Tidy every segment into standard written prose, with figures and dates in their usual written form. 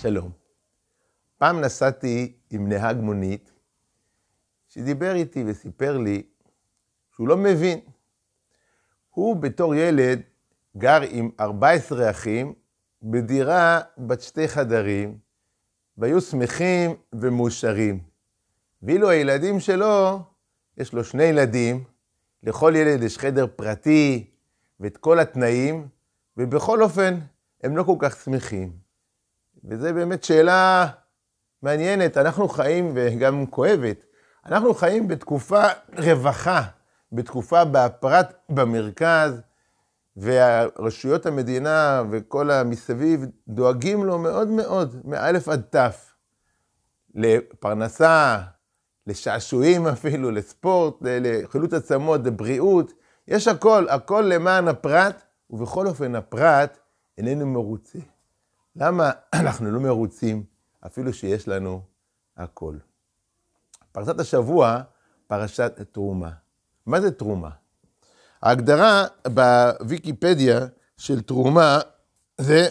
שלום. פעם נסעתי עם נהג מונית, שדיבר איתי וסיפר לי שהוא לא מבין. הוא בתור ילד גר עם 14 אחים בדירה בת 2 חדרים, והיו שמחים ומאושרים. ואילו הילדים שלו, יש לו 2 ילדים, לכל ילד יש חדר פרטי ואת כל התנאים, ובכל אופן הם לא כל כך שמחים. וזה באמת שאלה מעניינת. אנחנו חיים, וגם כואבת, אנחנו חיים בתקופה רווחה, בתקופה בפרט במרכז, והרשויות המדינה וכל המסביב דואגים לו מאוד מאוד, מאלף עד תף, לפרנסה, לשעשועים אפילו, לספורט, לחילוץ עצמות, לבריאות. יש הכל למען הפרט, ובכל אופן הפרט איננו מרוצה. למה אנחנו לא מרוצים אפילו שיש לנו הכל? פרשת השבוע, פרשת תרומה. מה זה תרומה? ההגדרה בוויקיפדיה של תרומה זה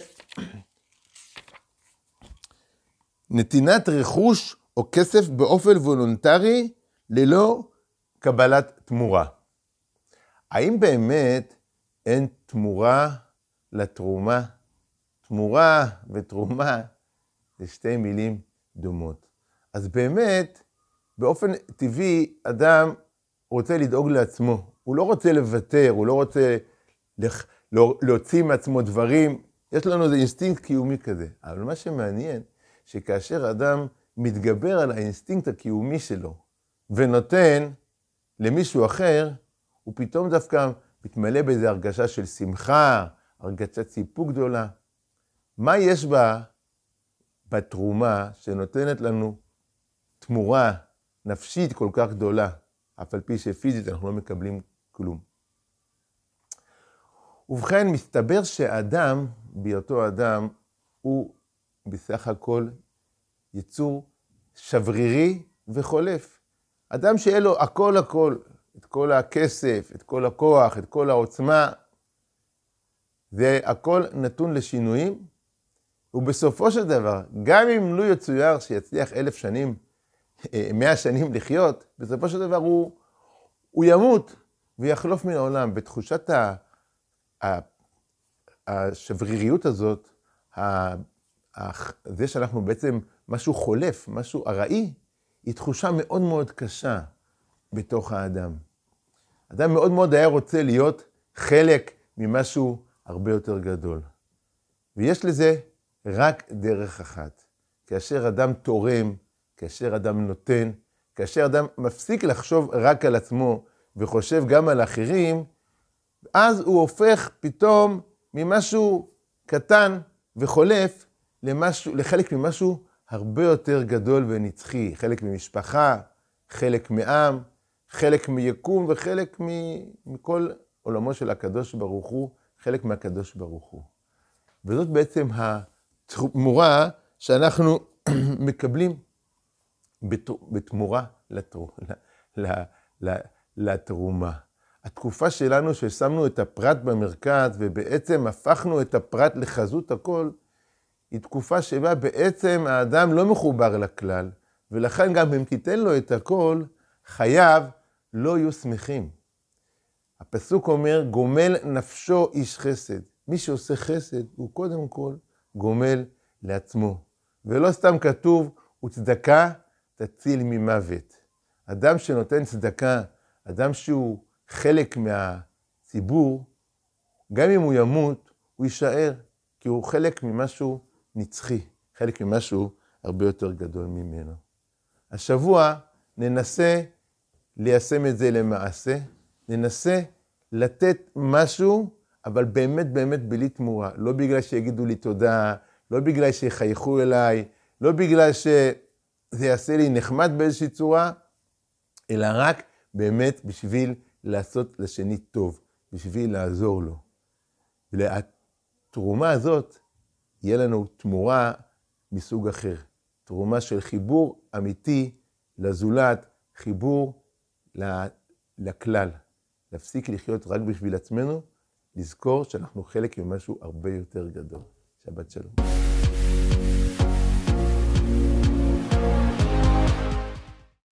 נתינת רכוש או כסף באופן וולונטרי ללא קבלת תמורה. האם באמת אין תמורה לתרומה? תמורה ותרומה זה 2 מילים דומות. אז באמת, באופן טבעי, אדם רוצה לדאוג לעצמו. הוא לא רוצה לוותר, הוא לא רוצה להוציא מעצמו דברים. יש לנו איזה אינסטינקט קיומי כזה. אבל מה שמעניין, שכאשר אדם מתגבר על האינסטינקט הקיומי שלו, ונותן למישהו אחר, הוא פתאום דווקא מתמלא באיזו הרגשה של שמחה, הרגשת סיפוק גדולה. מה יש בתרומה שנותנת לנו תמורה נפשית כל כך גדולה, אף על פי שפיזית אנחנו לא מקבלים כלום? ובכן, מסתבר שאדם, בהיותו אדם, הוא בסך הכל יצור שברירי וחולף. אדם שיהיה לו הכל, את כל הכסף, את כל הכוח, את כל העוצמה, זה הכל נתון לשינויים, ובסופו של דבר, גם אם לא יצויר שיצליח 1,000 שנים, 100 שנים לחיות, בסופו של דבר הוא ימות ויחלוף מן העולם. בתחושת השבריריות הזאת, זה שאנחנו בעצם משהו חולף, משהו ארעי, היא תחושה מאוד מאוד קשה בתוך האדם. אדם מאוד מאוד היה רוצה להיות חלק ממשהו הרבה יותר גדול. ויש לזה רק דרך אחת. כאשר אדם תורם, כאשר אדם נותן, כאשר אדם מפסיק לחשוב רק על עצמו וחושב גם על אחרים, אז הוא הופך פתאום ממשהו קטן וחולף לחלק ממשהו הרבה יותר גדול ונצחי. חלק ממשפחה, חלק מעם, חלק מיקום וחלק מכל עולמו של הקדוש ברוך הוא, חלק מהקדוש ברוך הוא. וזאת בעצם התמורה שאנחנו מקבלים בתמורה לתרומה. התקופה שלנו ששמנו את הפרט במרכז ובעצם הפכנו את הפרט לחזות הכל, היא תקופה שבה בעצם האדם לא מחובר לכלל, ולכן גם אם תיתן לו את הכל, חייו לא יהיו שמחים. הפסוק אומר, גומל נפשו איש חסד. מי שעושה חסד הוא קודם כל גומל לעצמו. ולא סתם כתוב, וצדקה תציל ממוות. אדם שנותן צדקה, אדם שהוא חלק מהציבור, גם אם הוא ימות, הוא יישאר, כי הוא חלק ממשהו נצחי, חלק ממשהו הרבה יותר גדול ממנו. השבוע ננסה ליישם את זה למעשה, ננסה לתת משהו, אבל באמת באמת בלי תמורה. לא בגלל שיגידו לי תודה, לא בגלל שיחייכו אליי, לא בגלל שזה יעשה לי נחמד באיזושהי צורה, אלא רק באמת בשביל לעשות לשני טוב, בשביל לעזור לו. ולתרומה הזאת יהיה לנו תמורה מסוג אחר. תרומה של חיבור אמיתי לזולת, חיבור לכלל. להפסיק לחיות רק בשביל עצמנו, לזכור שאנחנו חלק ממשהו הרבה יותר גדול. שבת שלום.